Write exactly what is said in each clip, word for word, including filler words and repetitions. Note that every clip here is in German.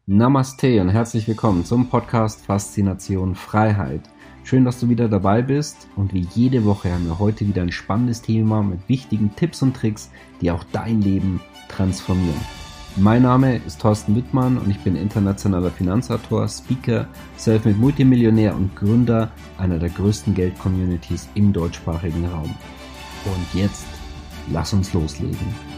Namaste und herzlich willkommen zum Podcast Faszination Freiheit. Schön, dass du wieder dabei bist und wie jede Woche haben wir heute wieder ein spannendes Thema mit wichtigen Tipps und Tricks, die auch dein Leben transformieren. Mein Name ist Thorsten Wittmann und ich bin internationaler Finanzautor, Speaker, Selfmade Multimillionär und Gründer einer der größten Geld-Communities im deutschsprachigen Raum. Und jetzt lass uns loslegen.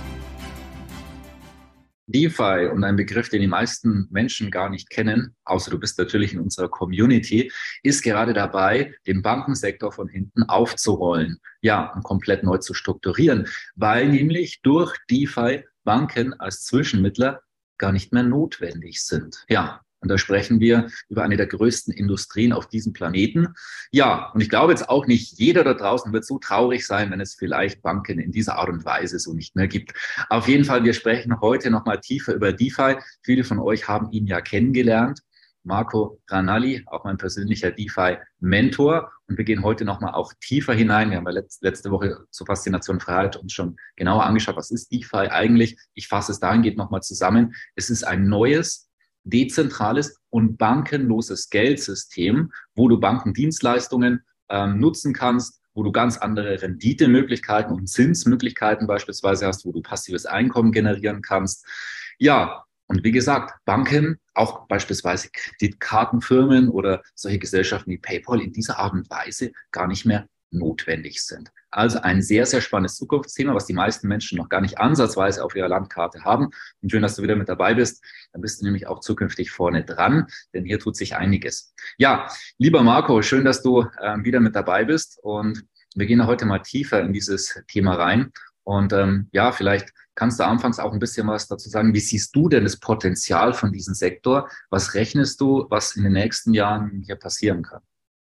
DeFi und ein Begriff, den die meisten Menschen gar nicht kennen, außer du bist natürlich in unserer Community, ist gerade dabei, den Bankensektor von hinten aufzurollen, ja, und komplett neu zu strukturieren, weil nämlich durch DeFi Banken als Zwischenmittler gar nicht mehr notwendig sind. Ja, und da sprechen wir über eine der größten Industrien auf diesem Planeten. Ja, und ich glaube jetzt auch nicht jeder da draußen wird so traurig sein, wenn es vielleicht Banken in dieser Art und Weise so nicht mehr gibt. Auf jeden Fall, wir sprechen heute nochmal tiefer über DeFi. Viele von euch haben ihn ja kennengelernt. Marco Ranalli, auch mein persönlicher DeFi-Mentor. Und wir gehen heute nochmal auch tiefer hinein. Wir haben ja letzte Woche zur Faszination Freiheit uns schon genauer angeschaut, was ist DeFi eigentlich? Ich fasse es dahingehend nochmal zusammen. Es ist ein neues, dezentrales und bankenloses Geldsystem, wo du Bankendienstleistungen ähm, nutzen kannst, wo du ganz andere Renditemöglichkeiten und Zinsmöglichkeiten beispielsweise hast, wo du passives Einkommen generieren kannst. Ja, und wie gesagt, Banken, auch beispielsweise Kreditkartenfirmen oder solche Gesellschaften wie PayPal in dieser Art und Weise gar nicht mehr notwendig sind. Also ein sehr, sehr spannendes Zukunftsthema, was die meisten Menschen noch gar nicht ansatzweise auf ihrer Landkarte haben. Und schön, dass du wieder mit dabei bist. Dann bist du nämlich auch zukünftig vorne dran, denn hier tut sich einiges. Ja, lieber Marco, schön, dass du äh, wieder mit dabei bist. Und wir gehen heute mal tiefer in dieses Thema rein. Und ähm, ja, vielleicht kannst du anfangs auch ein bisschen was dazu sagen. Wie siehst du denn das Potenzial von diesem Sektor? Was rechnest du, was in den nächsten Jahren hier passieren kann?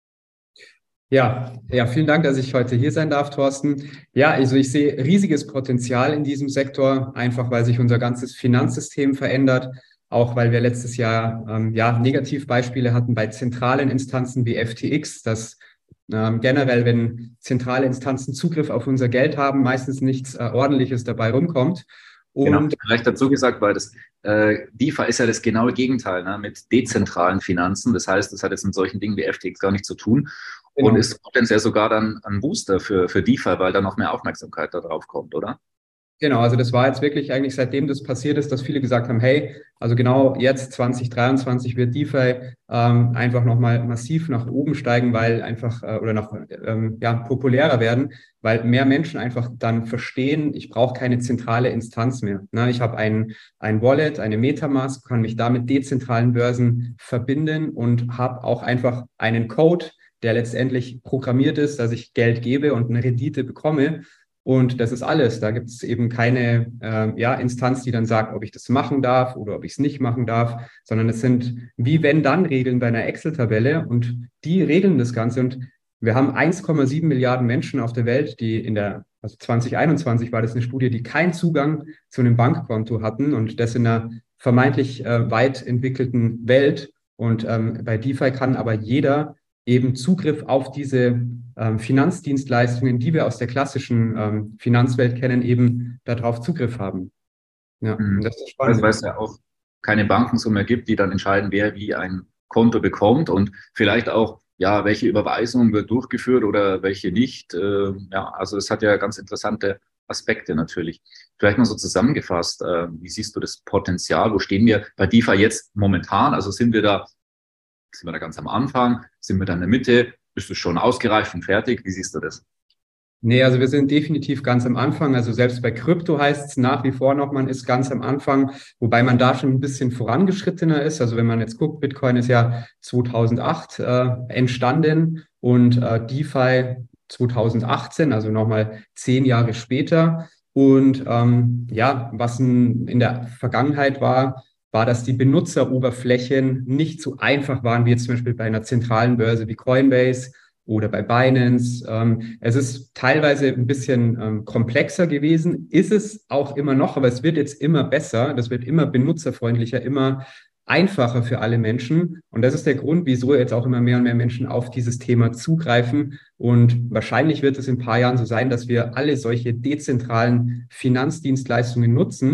Ja, ja, vielen Dank, dass ich heute hier sein darf, Thorsten. Ja, also ich sehe riesiges Potenzial in diesem Sektor, einfach weil sich unser ganzes Finanzsystem verändert, auch weil wir letztes Jahr ähm, ja, Negativbeispiele hatten bei zentralen Instanzen wie F T X, dass ähm, generell, wenn zentrale Instanzen Zugriff auf unser Geld haben, meistens nichts äh, Ordentliches dabei rumkommt. Und genau, vielleicht dazu gesagt, weil das äh, DeFi ist ja das genaue Gegenteil, ne, mit dezentralen Finanzen. Das heißt, das hat jetzt mit solchen Dingen wie F T X gar nichts zu tun. Genau. Und ist potenziell sogar dann ein Booster für, für DeFi, weil da noch mehr Aufmerksamkeit da drauf kommt, oder? Genau, also das war jetzt wirklich eigentlich seitdem das passiert ist, dass viele gesagt haben, hey, also genau jetzt zwanzig dreiundzwanzig wird DeFi ähm, einfach nochmal massiv nach oben steigen, weil einfach äh, oder noch ähm, ja, populärer werden, weil mehr Menschen einfach dann verstehen, ich brauche keine zentrale Instanz mehr. Ne? Ich habe ein, ein Wallet, eine Metamask, kann mich da mit dezentralen Börsen verbinden und habe auch einfach einen Code, der letztendlich programmiert ist, dass ich Geld gebe und eine Rendite bekomme. Und das ist alles. Da gibt es eben keine äh, ja, Instanz, die dann sagt, ob ich das machen darf oder ob ich es nicht machen darf, sondern es sind wie wenn-dann-Regeln bei einer Excel-Tabelle und die regeln das Ganze. Und wir haben eins Komma sieben Milliarden Menschen auf der Welt, die in der, also zwanzig einundzwanzig war das eine Studie, die keinen Zugang zu einem Bankkonto hatten und das in einer vermeintlich äh, weit entwickelten Welt. Und ähm, bei DeFi kann aber jeder eben Zugriff auf diese ähm, Finanzdienstleistungen, die wir aus der klassischen ähm, Finanzwelt kennen, eben darauf Zugriff haben. Ja, mhm. Und das ist spannend. Weil es ja auch keine Banken so mehr gibt, die dann entscheiden, wer wie ein Konto bekommt und vielleicht auch, ja, welche Überweisung wird durchgeführt oder welche nicht. Äh, ja, also es hat ja ganz interessante Aspekte natürlich. Vielleicht mal so zusammengefasst, äh, wie siehst du das Potenzial? Wo stehen wir bei DeFi jetzt momentan? Also sind wir da Sind wir da ganz am Anfang? Sind wir da in der Mitte? Bist du schon ausgereift und fertig? Wie siehst du das? Nee, also wir sind definitiv ganz am Anfang. Also selbst bei Krypto heißt es nach wie vor noch, man ist ganz am Anfang, wobei man da schon ein bisschen vorangeschrittener ist. Also wenn man jetzt guckt, Bitcoin ist ja zweitausendacht äh, entstanden und äh, DeFi zweitausendachtzehn, also nochmal zehn Jahre später. Und ähm, ja, was in, in der Vergangenheit war, war, dass die Benutzeroberflächen nicht so einfach waren, wie jetzt zum Beispiel bei einer zentralen Börse wie Coinbase oder bei Binance. Ähm, es ist teilweise ein bisschen ähm, komplexer gewesen, ist es auch immer noch, aber es wird jetzt immer besser, das wird immer benutzerfreundlicher, immer einfacher für alle Menschen. Und das ist der Grund, wieso jetzt auch immer mehr und mehr Menschen auf dieses Thema zugreifen. Und wahrscheinlich wird es in ein paar Jahren so sein, dass wir alle solche dezentralen Finanzdienstleistungen nutzen.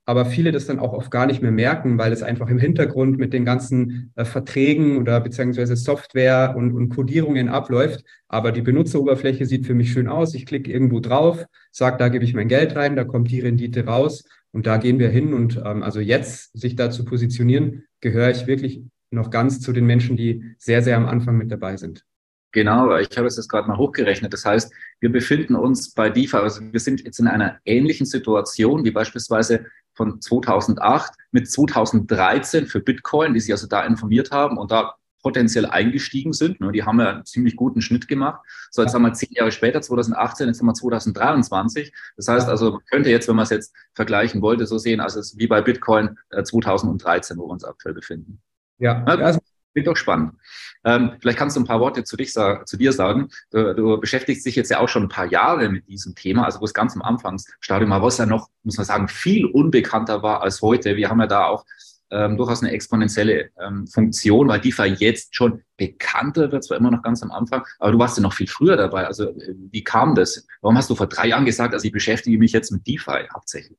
aber viele das dann auch oft gar nicht mehr merken, weil es einfach im Hintergrund mit den ganzen äh, Verträgen oder beziehungsweise Software und, und Codierungen abläuft. Aber die Benutzeroberfläche sieht für mich schön aus. Ich klicke irgendwo drauf, sage, da gebe ich mein Geld rein, da kommt die Rendite raus und da gehen wir hin. Und ähm, also jetzt sich da zu positionieren, gehöre ich wirklich noch ganz zu den Menschen, die sehr, sehr am Anfang mit dabei sind. Genau, ich habe es jetzt gerade mal hochgerechnet. Das heißt, wir befinden uns bei DeFi, also wir sind jetzt in einer ähnlichen Situation wie beispielsweise von zweitausendacht mit zweitausenddreizehn für Bitcoin, die sich also da informiert haben und da potenziell eingestiegen sind. Die haben ja einen ziemlich guten Schnitt gemacht. So, jetzt haben wir zehn Jahre später, zweitausendachtzehn, jetzt haben wir zweitausenddreiundzwanzig. Das heißt also, man könnte jetzt, wenn man es jetzt vergleichen wollte, so sehen, also es ist wie bei Bitcoin zweitausenddreizehn, wo wir uns aktuell befinden. Ja, ja also, klingt doch spannend. Ähm, vielleicht kannst du ein paar Worte zu, dich, zu dir sagen. Du, du beschäftigst dich jetzt ja auch schon ein paar Jahre mit diesem Thema, also wo es ganz am Anfangsstadium war, was ja noch, muss man sagen, viel unbekannter war als heute. Wir haben ja da auch ähm, durchaus eine exponentielle ähm, Funktion, weil DeFi jetzt schon bekannter wird, zwar immer noch ganz am Anfang, aber du warst ja noch viel früher dabei. Also wie kam das? Warum hast du vor drei Jahren gesagt, also ich beschäftige mich jetzt mit DeFi hauptsächlich?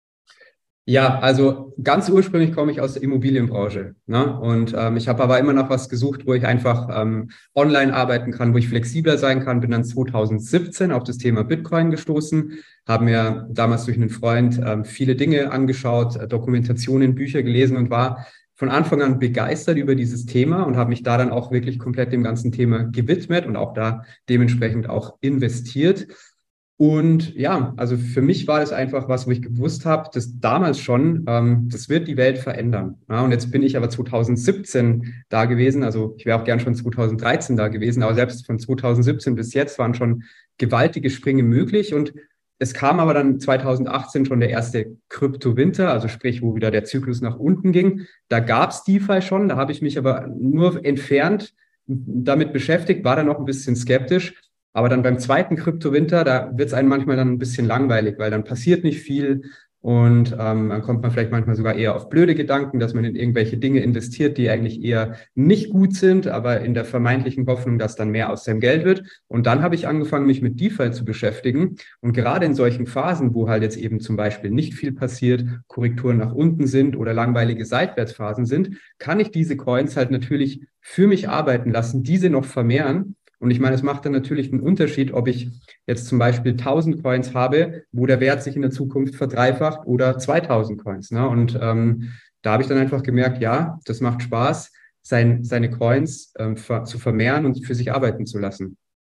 Ja, also ganz ursprünglich komme ich aus der Immobilienbranche, ne? Und ähm, ich habe aber immer noch was gesucht, wo ich einfach ähm, online arbeiten kann, wo ich flexibler sein kann. Bin dann zweitausendsiebzehn auf das Thema Bitcoin gestoßen, habe mir damals durch einen Freund ähm, viele Dinge angeschaut, äh, Dokumentationen, Bücher gelesen und war von Anfang an begeistert über dieses Thema und habe mich da dann auch wirklich komplett dem ganzen Thema gewidmet und auch da dementsprechend auch investiert. Und ja, also für mich war das einfach was, wo ich gewusst habe, dass damals schon, ähm, das wird die Welt verändern. Ja, und jetzt bin ich aber zweitausendsiebzehn da gewesen, also ich wäre auch gern schon zweitausenddreizehn da gewesen, aber selbst von zweitausendsiebzehn bis jetzt waren schon gewaltige Sprünge möglich. Und es kam aber dann zweitausendachtzehn schon der erste Krypto-Winter, also sprich, wo wieder der Zyklus nach unten ging. Da gab es DeFi schon, da habe ich mich aber nur entfernt damit beschäftigt, war dann noch ein bisschen skeptisch. Aber dann beim zweiten Kryptowinter, da wird es einem manchmal dann ein bisschen langweilig, weil dann passiert nicht viel und ähm, dann kommt man vielleicht manchmal sogar eher auf blöde Gedanken, dass man in irgendwelche Dinge investiert, die eigentlich eher nicht gut sind, aber in der vermeintlichen Hoffnung, dass dann mehr aus seinem Geld wird. Und dann habe ich angefangen, mich mit DeFi zu beschäftigen. Und gerade in solchen Phasen, wo halt jetzt eben zum Beispiel nicht viel passiert, Korrekturen nach unten sind oder langweilige Seitwärtsphasen sind, kann ich diese Coins halt natürlich für mich arbeiten lassen, diese noch vermehren. Und ich meine, es macht dann natürlich einen Unterschied, ob ich jetzt zum Beispiel tausend Coins habe, wo der Wert sich in der Zukunft verdreifacht oder zweitausend Coins. Ne? Und ähm, da habe ich dann einfach gemerkt, ja, das macht Spaß, sein, seine Coins ähm, ver- zu vermehren und für sich arbeiten zu lassen.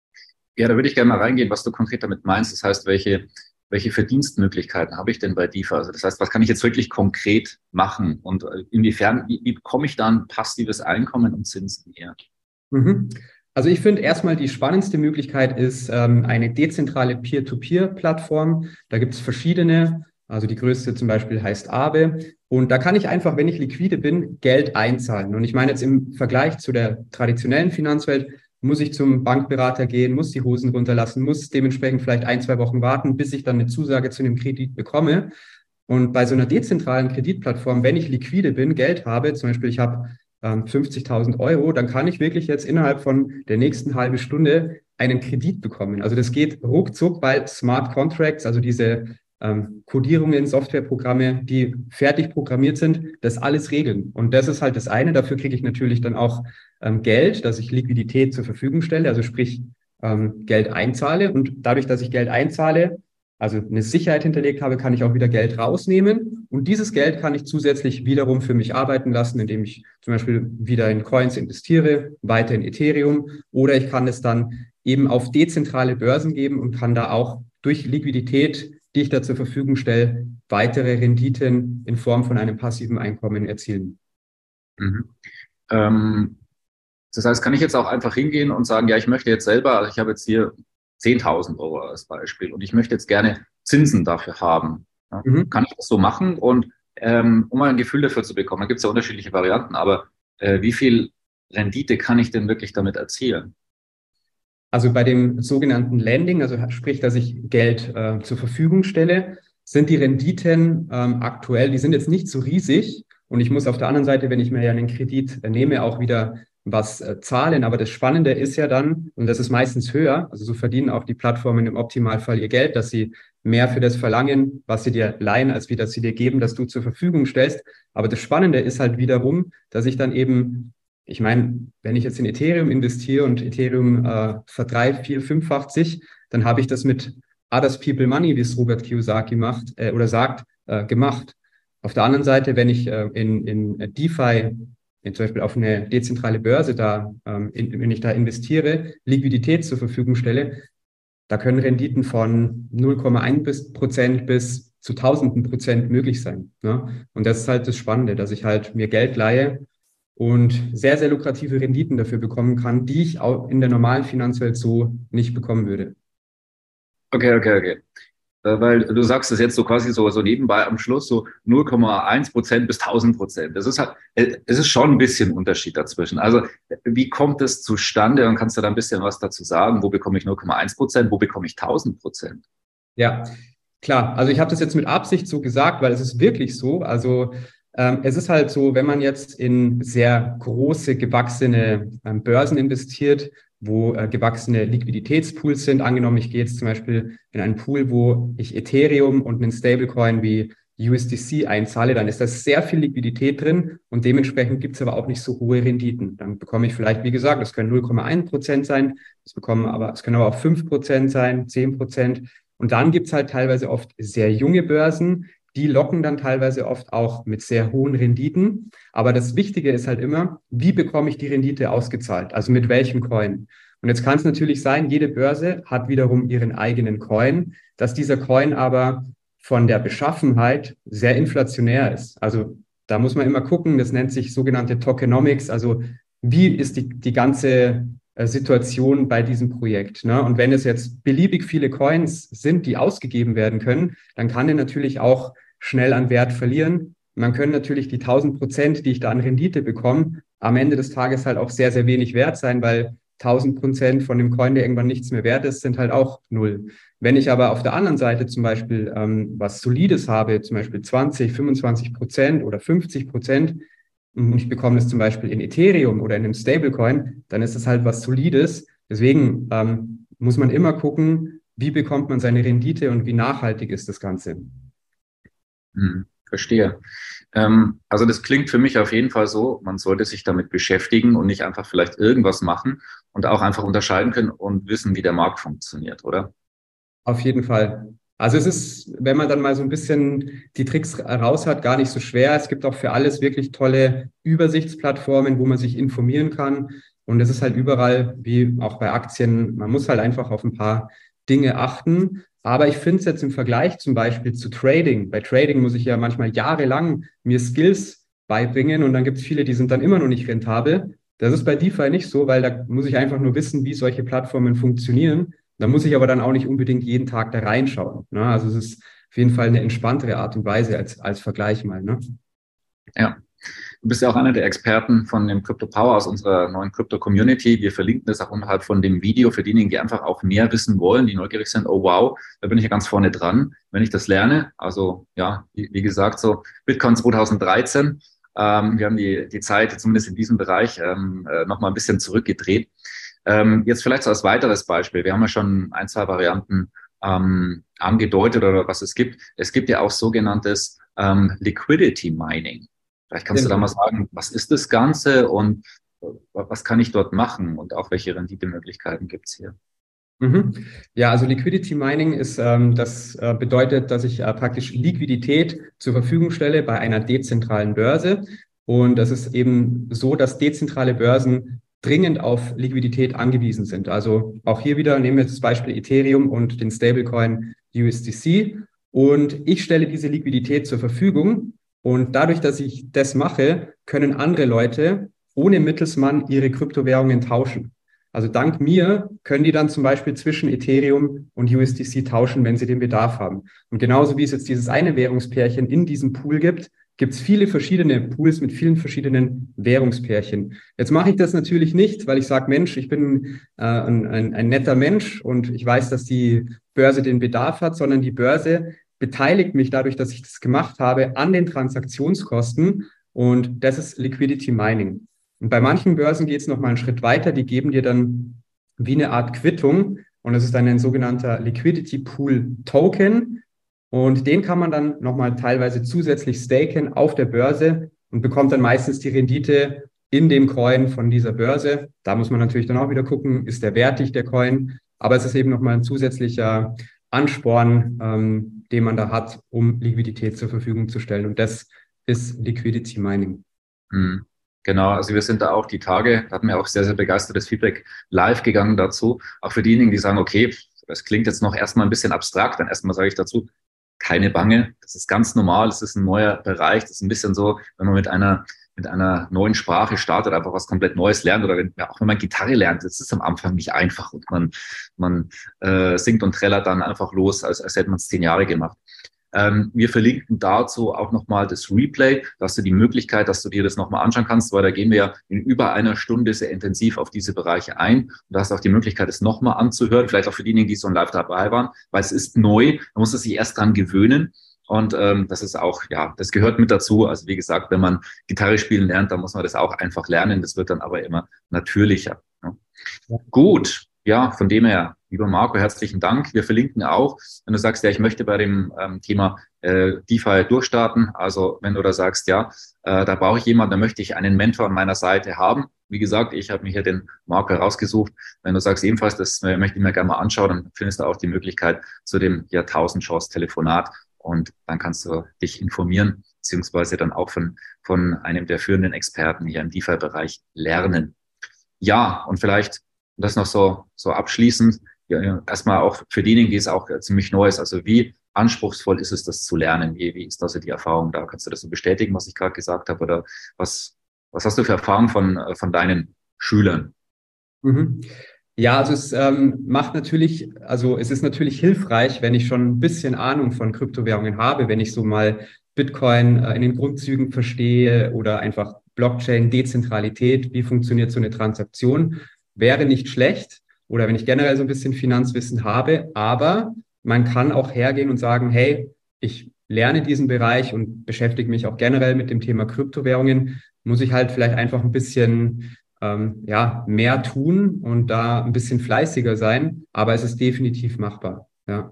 Ja, da würde ich gerne mal reingehen, was du konkret damit meinst. Das heißt, welche, welche Verdienstmöglichkeiten habe ich denn bei DeFi? Also das heißt, was kann ich jetzt wirklich konkret machen? Und inwiefern, wie, wie bekomme ich dann passives Einkommen und Zinsen her? Mhm. Also ich finde erstmal die spannendste Möglichkeit ist ähm, eine dezentrale Peer-to-Peer-Plattform. Da gibt es verschiedene, also die größte zum Beispiel heißt Aave. Und da kann ich einfach, wenn ich liquide bin, Geld einzahlen. Und ich meine jetzt im Vergleich zu der traditionellen Finanzwelt, muss ich zum Bankberater gehen, muss die Hosen runterlassen, muss dementsprechend vielleicht ein, zwei Wochen warten, bis ich dann eine Zusage zu einem Kredit bekomme. Und bei so einer dezentralen Kreditplattform, wenn ich liquide bin, Geld habe, zum Beispiel ich habe fünfzigtausend Euro, dann kann ich wirklich jetzt innerhalb von der nächsten halben Stunde einen Kredit bekommen. Also das geht ruckzuck, weil Smart Contracts, also diese ähm, Codierungen, Softwareprogramme, die fertig programmiert sind, das alles regeln. Und das ist halt das eine. Dafür kriege ich natürlich dann auch ähm, Geld, dass ich Liquidität zur Verfügung stelle, also sprich ähm, Geld einzahle. Und dadurch, dass ich Geld einzahle, also eine Sicherheit hinterlegt habe, kann ich auch wieder Geld rausnehmen. Und dieses Geld kann ich zusätzlich wiederum für mich arbeiten lassen, indem ich zum Beispiel wieder in Coins investiere, weiter in Ethereum. Oder ich kann es dann eben auf dezentrale Börsen geben und kann da auch durch Liquidität, die ich da zur Verfügung stelle, weitere Renditen in Form von einem passiven Einkommen erzielen. Mhm. Ähm, das heißt, kann ich jetzt auch einfach hingehen und sagen, ja, ich möchte jetzt selber, also ich habe jetzt hier zehntausend Euro als Beispiel und ich möchte jetzt gerne Zinsen dafür haben. Ja, mhm. Kann ich das so machen? Und ähm, um mal ein Gefühl dafür zu bekommen, da gibt es ja unterschiedliche Varianten, aber äh, wie viel Rendite kann ich denn wirklich damit erzielen? Also bei dem sogenannten Lending, also sprich, dass ich Geld äh, zur Verfügung stelle, sind die Renditen ähm, aktuell, die sind jetzt nicht so riesig. Und ich muss auf der anderen Seite, wenn ich mir ja einen Kredit nehme, auch wieder was äh, zahlen. Aber das Spannende ist ja dann, und das ist meistens höher, also so verdienen auch die Plattformen im Optimalfall ihr Geld, dass sie mehr für das verlangen, was sie dir leihen, als wie das sie dir geben, dass du zur Verfügung stellst. Aber das Spannende ist halt wiederum, dass ich dann eben, ich meine, wenn ich jetzt in Ethereum investiere und Ethereum äh, verdreifacht, vier, fünffacht sich, dann habe ich das mit Others People Money, wie es Robert Kiyosaki macht äh, oder sagt, äh, gemacht. Auf der anderen Seite, wenn ich äh, in, in DeFi, in, zum Beispiel auf eine dezentrale Börse da, ähm, in, wenn ich da investiere, Liquidität zur Verfügung stelle, da können Renditen von null Komma eins Prozent bis zu Tausenden Prozent möglich sein. Ne? Und das ist halt das Spannende, dass ich halt mir Geld leihe und sehr, sehr lukrative Renditen dafür bekommen kann, die ich auch in der normalen Finanzwelt so nicht bekommen würde. Okay, okay, okay. Äh, Weil du sagst es jetzt so quasi so, so nebenbei am Schluss, so null Komma eins Prozent bis tausend Prozent. Das ist halt, äh, es ist schon ein bisschen Unterschied dazwischen. Also, äh, wie kommt es zustande? Und kannst du da ein bisschen was dazu sagen? Wo bekomme ich null Komma eins Prozent? Wo bekomme ich tausend Prozent? Ja, klar. Also ich habe das jetzt mit Absicht so gesagt, weil es ist wirklich so. Also ähm, es ist halt so, wenn man jetzt in sehr große, gewachsene ähm, Börsen investiert, wo äh, gewachsene Liquiditätspools sind. Angenommen, ich gehe jetzt zum Beispiel in einen Pool, wo ich Ethereum und einen Stablecoin wie U S D C einzahle, dann ist da sehr viel Liquidität drin und dementsprechend gibt es aber auch nicht so hohe Renditen. Dann bekomme ich vielleicht, wie gesagt, das können null Komma eins Prozent sein, das bekommen aber, es können aber auch fünf Prozent sein, zehn Prozent. Und dann gibt es halt teilweise oft sehr junge Börsen, die locken dann teilweise oft auch mit sehr hohen Renditen. Aber das Wichtige ist halt immer, wie bekomme ich die Rendite ausgezahlt? Also mit welchem Coin? Und jetzt kann es natürlich sein, jede Börse hat wiederum ihren eigenen Coin, dass dieser Coin aber von der Beschaffenheit sehr inflationär ist. Also da muss man immer gucken, das nennt sich sogenannte Tokenomics, also wie ist die, die ganze äh, Situation bei diesem Projekt. Ne? Und wenn es jetzt beliebig viele Coins sind, die ausgegeben werden können, dann kann er natürlich auch schnell an Wert verlieren. Man kann natürlich die tausend Prozent, die ich da an Rendite bekomme, am Ende des Tages halt auch sehr, sehr wenig wert sein, weil tausend Prozent von dem Coin, der irgendwann nichts mehr wert ist, sind halt auch null. Wenn ich aber auf der anderen Seite zum Beispiel ähm, was Solides habe, zum Beispiel zwanzig, fünfundzwanzig Prozent oder fünfzig Prozent, und ich bekomme das zum Beispiel in Ethereum oder in einem Stablecoin, dann ist das halt was Solides. Deswegen ähm, muss man immer gucken, wie bekommt man seine Rendite und wie nachhaltig ist das Ganze. Hm, verstehe. Ähm, also das klingt für mich auf jeden Fall so, man sollte sich damit beschäftigen und nicht einfach vielleicht irgendwas machen und auch einfach unterscheiden können und wissen, wie der Markt funktioniert, oder? Auf jeden Fall. Also es ist, wenn man dann mal so ein bisschen die Tricks raus hat, gar nicht so schwer. Es gibt auch für alles wirklich tolle Übersichtsplattformen, wo man sich informieren kann. Und es ist halt überall, wie auch bei Aktien, man muss halt einfach auf ein paar Dinge achten. Aber ich finde es jetzt im Vergleich zum Beispiel zu Trading. Bei Trading muss ich ja manchmal jahrelang mir Skills beibringen und dann gibt es viele, die sind dann immer noch nicht rentabel. Das ist bei DeFi nicht so, weil da muss ich einfach nur wissen, wie solche Plattformen funktionieren. Da muss ich aber dann auch nicht unbedingt jeden Tag da reinschauen. Ne? Also es ist auf jeden Fall eine entspanntere Art und Weise als, als Vergleich mal. Ne? Ja. Du bist ja auch einer der Experten von dem Crypto Power aus unserer neuen Crypto Community. Wir verlinken das auch unterhalb von dem Video für diejenigen, die einfach auch mehr wissen wollen, die neugierig sind. Oh wow, da bin ich ja ganz vorne dran, wenn ich das lerne. Also ja, wie, wie gesagt, so Bitcoin zwanzig dreizehn. Ähm, wir haben die, die Zeit zumindest in diesem Bereich ähm, äh, nochmal ein bisschen zurückgedreht. Ähm, jetzt vielleicht so als weiteres Beispiel. Wir haben ja schon ein, zwei Varianten ähm, angedeutet oder was es gibt. Es gibt ja auch sogenanntes ähm, Liquidity Mining. Vielleicht kannst du da mal sagen, was ist das Ganze und was kann ich dort machen und auch welche Renditemöglichkeiten gibt es hier? Mhm. Ja, also Liquidity Mining ist, ähm, das äh, bedeutet, dass ich äh, praktisch Liquidität zur Verfügung stelle bei einer dezentralen Börse. Und das ist eben so, dass dezentrale Börsen dringend auf Liquidität angewiesen sind. Also auch hier wieder nehmen wir das Beispiel Ethereum und den Stablecoin U S D C. Und ich stelle diese Liquidität zur Verfügung. Und dadurch, dass ich das mache, können andere Leute ohne Mittelsmann ihre Kryptowährungen tauschen. Also dank mir können die dann zum Beispiel zwischen Ethereum und U S D C tauschen, wenn sie den Bedarf haben. Und genauso wie es jetzt dieses eine Währungspärchen in diesem Pool gibt, gibt es viele verschiedene Pools mit vielen verschiedenen Währungspärchen. Jetzt mache ich das natürlich nicht, weil ich sage, Mensch, ich bin äh, ein, ein, ein netter Mensch und ich weiß, dass die Börse den Bedarf hat, sondern die Börse beteiligt mich dadurch, dass ich das gemacht habe, an den Transaktionskosten. Und das ist Liquidity Mining. Und bei manchen Börsen geht es nochmal einen Schritt weiter. Die geben dir dann wie eine Art Quittung und das ist dann ein sogenannter Liquidity Pool Token und den kann man dann nochmal teilweise zusätzlich staken auf der Börse und bekommt dann meistens die Rendite in dem Coin von dieser Börse. Da muss man natürlich dann auch wieder gucken, ist der wertig, der Coin, aber es ist eben nochmal ein zusätzlicher Ansporn, ähm, den man da hat, um Liquidität zur Verfügung zu stellen und das ist Liquidity Mining. Mhm. Genau, also wir sind da auch die Tage, da hatten wir auch sehr, sehr begeistertes Feedback live gegangen dazu. Auch für diejenigen, die sagen, okay, das klingt jetzt noch erstmal ein bisschen abstrakt, dann erstmal sage ich dazu, keine Bange, das ist ganz normal, das ist ein neuer Bereich, das ist ein bisschen so, wenn man mit einer mit einer neuen Sprache startet, einfach was komplett Neues lernt oder wenn, ja, auch wenn man Gitarre lernt, das ist am Anfang nicht einfach und man, man äh, singt und trällert dann einfach los, als, als hätte man es zehn Jahre gemacht. Ähm, wir verlinken dazu auch nochmal das Replay, da hast du die Möglichkeit, dass du dir das nochmal anschauen kannst, weil da gehen wir ja in über einer Stunde sehr intensiv auf diese Bereiche ein. Und da hast du auch die Möglichkeit, es nochmal anzuhören, vielleicht auch für diejenigen, die so live dabei waren, weil es ist neu, man muss es sich erst dran gewöhnen. Und ähm, das ist auch, ja, das gehört mit dazu. Also wie gesagt, wenn man Gitarre spielen lernt, dann muss man das auch einfach lernen. Das wird dann aber immer natürlicher. Ne? Ja. Gut. Ja, von dem her, lieber Marco, herzlichen Dank. Wir verlinken auch, wenn du sagst, ja, ich möchte bei dem ähm, Thema äh, DeFi durchstarten. Also wenn du da sagst, ja, äh, da brauche ich jemanden, da möchte ich einen Mentor an meiner Seite haben. Wie gesagt, ich habe mir hier den Marco herausgesucht. Wenn du sagst ebenfalls, das äh, möchte ich mir gerne mal anschauen, dann findest du auch die Möglichkeit zu dem Jahrtausend-Chance-Telefonat und dann kannst du dich informieren, beziehungsweise dann auch von, von einem der führenden Experten hier im DeFi-Bereich lernen. Ja, und vielleicht das noch so, so abschließend, ja, erstmal auch für diejenigen, die es auch ziemlich neu ist, also wie anspruchsvoll ist es, das zu lernen? Wie, wie ist da so die Erfahrung da? Kannst du das so bestätigen, was ich gerade gesagt habe? Oder was, was hast du für Erfahrungen von, von deinen Schülern? Mhm. Ja, also es ähm, macht natürlich, also es ist natürlich hilfreich, wenn ich schon ein bisschen Ahnung von Kryptowährungen habe, wenn ich so mal Bitcoin äh, in den Grundzügen verstehe oder einfach Blockchain, Dezentralität, wie funktioniert so eine Transaktion, wäre nicht schlecht oder wenn ich generell so ein bisschen Finanzwissen habe, aber man kann auch hergehen und sagen, hey, ich lerne diesen Bereich und beschäftige mich auch generell mit dem Thema Kryptowährungen, muss ich halt vielleicht einfach ein bisschen ähm, ja, mehr tun und da ein bisschen fleißiger sein, aber es ist definitiv machbar. Ja.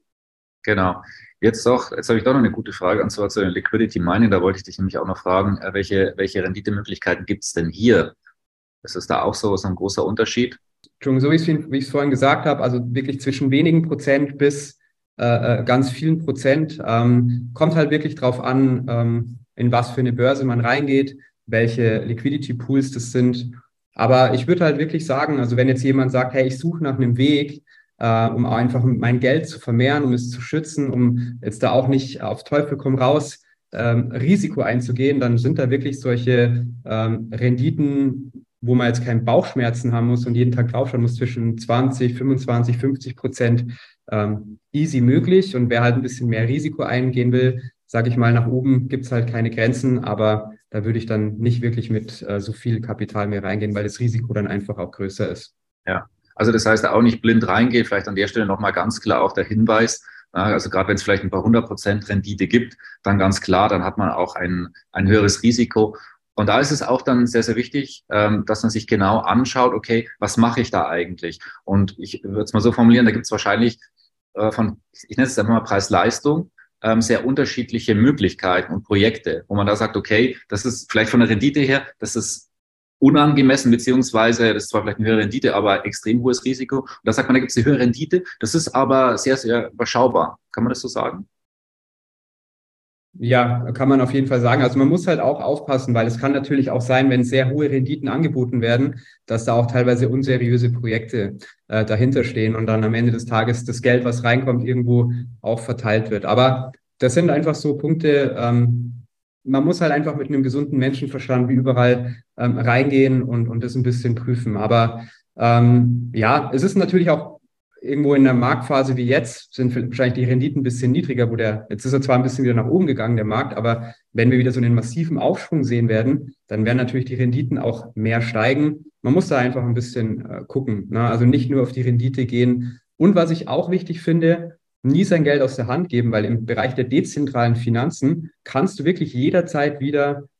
Genau. Jetzt doch, jetzt habe ich doch noch eine gute Frage, und zwar zu den Liquidity Mining. Da wollte ich dich nämlich auch noch fragen, welche, welche Renditemöglichkeiten gibt es denn hier? Ist es da auch so, so ein großer Unterschied? Entschuldigung, so wie ich es vorhin gesagt habe, also wirklich zwischen wenigen Prozent bis äh, ganz vielen Prozent. Ähm, kommt halt wirklich drauf an, ähm, in was für eine Börse man reingeht, welche Liquidity Pools das sind. Aber ich würde halt wirklich sagen, also wenn jetzt jemand sagt, hey, ich suche nach einem Weg, äh, um einfach mein Geld zu vermehren, um es zu schützen, um jetzt da auch nicht auf Teufel komm raus ähm, Risiko einzugehen, dann sind da wirklich solche ähm, Renditen, wo man jetzt keinen Bauchschmerzen haben muss und jeden Tag draufschauen muss, zwischen zwanzig, fünfundzwanzig, fünfzig Prozent ähm, easy möglich. Und wer halt ein bisschen mehr Risiko eingehen will, sage ich mal, nach oben gibt es halt keine Grenzen, aber da würde ich dann nicht wirklich mit äh, so viel Kapital mehr reingehen, weil das Risiko dann einfach auch größer ist. Ja, also das heißt, auch nicht blind reingehen, vielleicht an der Stelle nochmal ganz klar auch der Hinweis, also gerade wenn es vielleicht ein paar hundert Prozent Rendite gibt, dann ganz klar, dann hat man auch ein, ein höheres Risiko. Und da ist es auch dann sehr, sehr wichtig, ähm, dass man sich genau anschaut, okay, was mache ich da eigentlich? Und ich würde es mal so formulieren, da gibt es wahrscheinlich äh, von, ich nenne es einfach mal Preis-Leistung, ähm, sehr unterschiedliche Möglichkeiten und Projekte, wo man da sagt, okay, das ist vielleicht von der Rendite her, das ist unangemessen, beziehungsweise das ist zwar vielleicht eine höhere Rendite, aber extrem hohes Risiko. Und da sagt man, da gibt es eine höhere Rendite, das ist aber sehr, sehr überschaubar. Kann man das so sagen? Ja, kann man auf jeden Fall sagen. Also man muss halt auch aufpassen, weil es kann natürlich auch sein, wenn sehr hohe Renditen angeboten werden, dass da auch teilweise unseriöse Projekte äh, dahinter stehen und dann am Ende des Tages das Geld, was reinkommt, irgendwo auch verteilt wird. Aber das sind einfach so Punkte, ähm, man muss halt einfach mit einem gesunden Menschenverstand wie überall ähm, reingehen und, und das ein bisschen prüfen. Aber ähm, ja, es ist natürlich auch irgendwo in der Marktphase wie jetzt sind wahrscheinlich die Renditen ein bisschen niedriger, wo der, jetzt ist er zwar ein bisschen wieder nach oben gegangen, der Markt, aber wenn wir wieder so einen massiven Aufschwung sehen werden, dann werden natürlich die Renditen auch mehr steigen. Man muss da einfach ein bisschen äh, gucken, ne? Also nicht nur auf die Rendite gehen. Und was ich auch wichtig finde, nie sein Geld aus der Hand geben, weil im Bereich der dezentralen Finanzen kannst du wirklich jederzeit wieder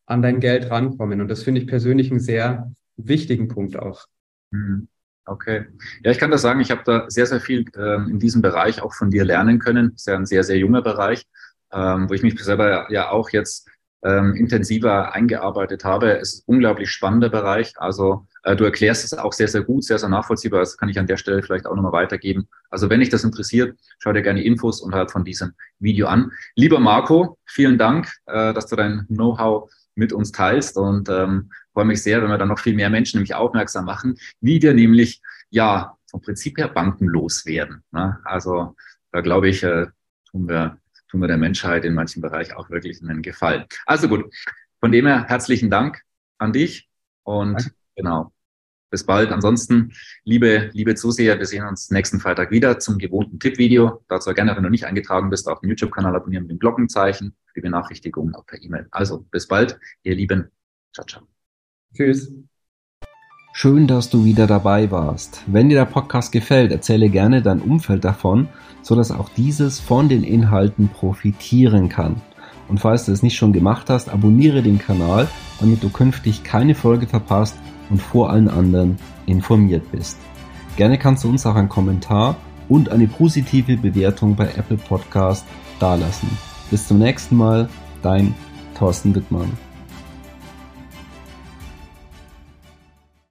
an dein Geld rankommen. Und das finde ich persönlich einen sehr wichtigen Punkt auch. Okay. Ja, ich kann das sagen, ich habe da sehr, sehr viel ähm, in diesem Bereich auch von dir lernen können. Das ist ja ein sehr, sehr junger Bereich, ähm, wo ich mich selber ja auch jetzt ähm, intensiver eingearbeitet habe. Es ist ein unglaublich spannender Bereich. Also äh, du erklärst es auch sehr, sehr gut, sehr, sehr nachvollziehbar. Das kann ich an der Stelle vielleicht auch nochmal weitergeben. Also wenn dich das interessiert, schau dir gerne Infos unterhalb von diesem Video an. Lieber Marco, vielen Dank, äh, dass du dein Know-how mit uns teilst und ähm, freue mich sehr, wenn wir dann noch viel mehr Menschen nämlich aufmerksam machen, wie wir nämlich ja vom Prinzip her bankenlos werden. Ne? Also da glaube ich, äh, tun wir tun wir der Menschheit in manchen Bereichen auch wirklich einen Gefallen. Also gut, von dem her herzlichen Dank an dich und Danke. Genau, bis bald. Ansonsten, liebe liebe Zuseher, wir sehen uns nächsten Freitag wieder zum gewohnten Tippvideo. Dazu gerne, wenn du nicht eingetragen bist, auf dem YouTube-Kanal abonnieren mit dem Glockenzeichen für die Benachrichtigungen auch per E-Mail. Also bis bald, ihr Lieben. Ciao, ciao. Tschüss. Schön, dass du wieder dabei warst. Wenn dir der Podcast gefällt, erzähle gerne dein Umfeld davon, sodass auch dieses von den Inhalten profitieren kann. Und falls du es nicht schon gemacht hast, abonniere den Kanal, damit du künftig keine Folge verpasst und vor allen anderen informiert bist. Gerne kannst du uns auch einen Kommentar und eine positive Bewertung bei Apple Podcast dalassen. Bis zum nächsten Mal, dein Thorsten Wittmann.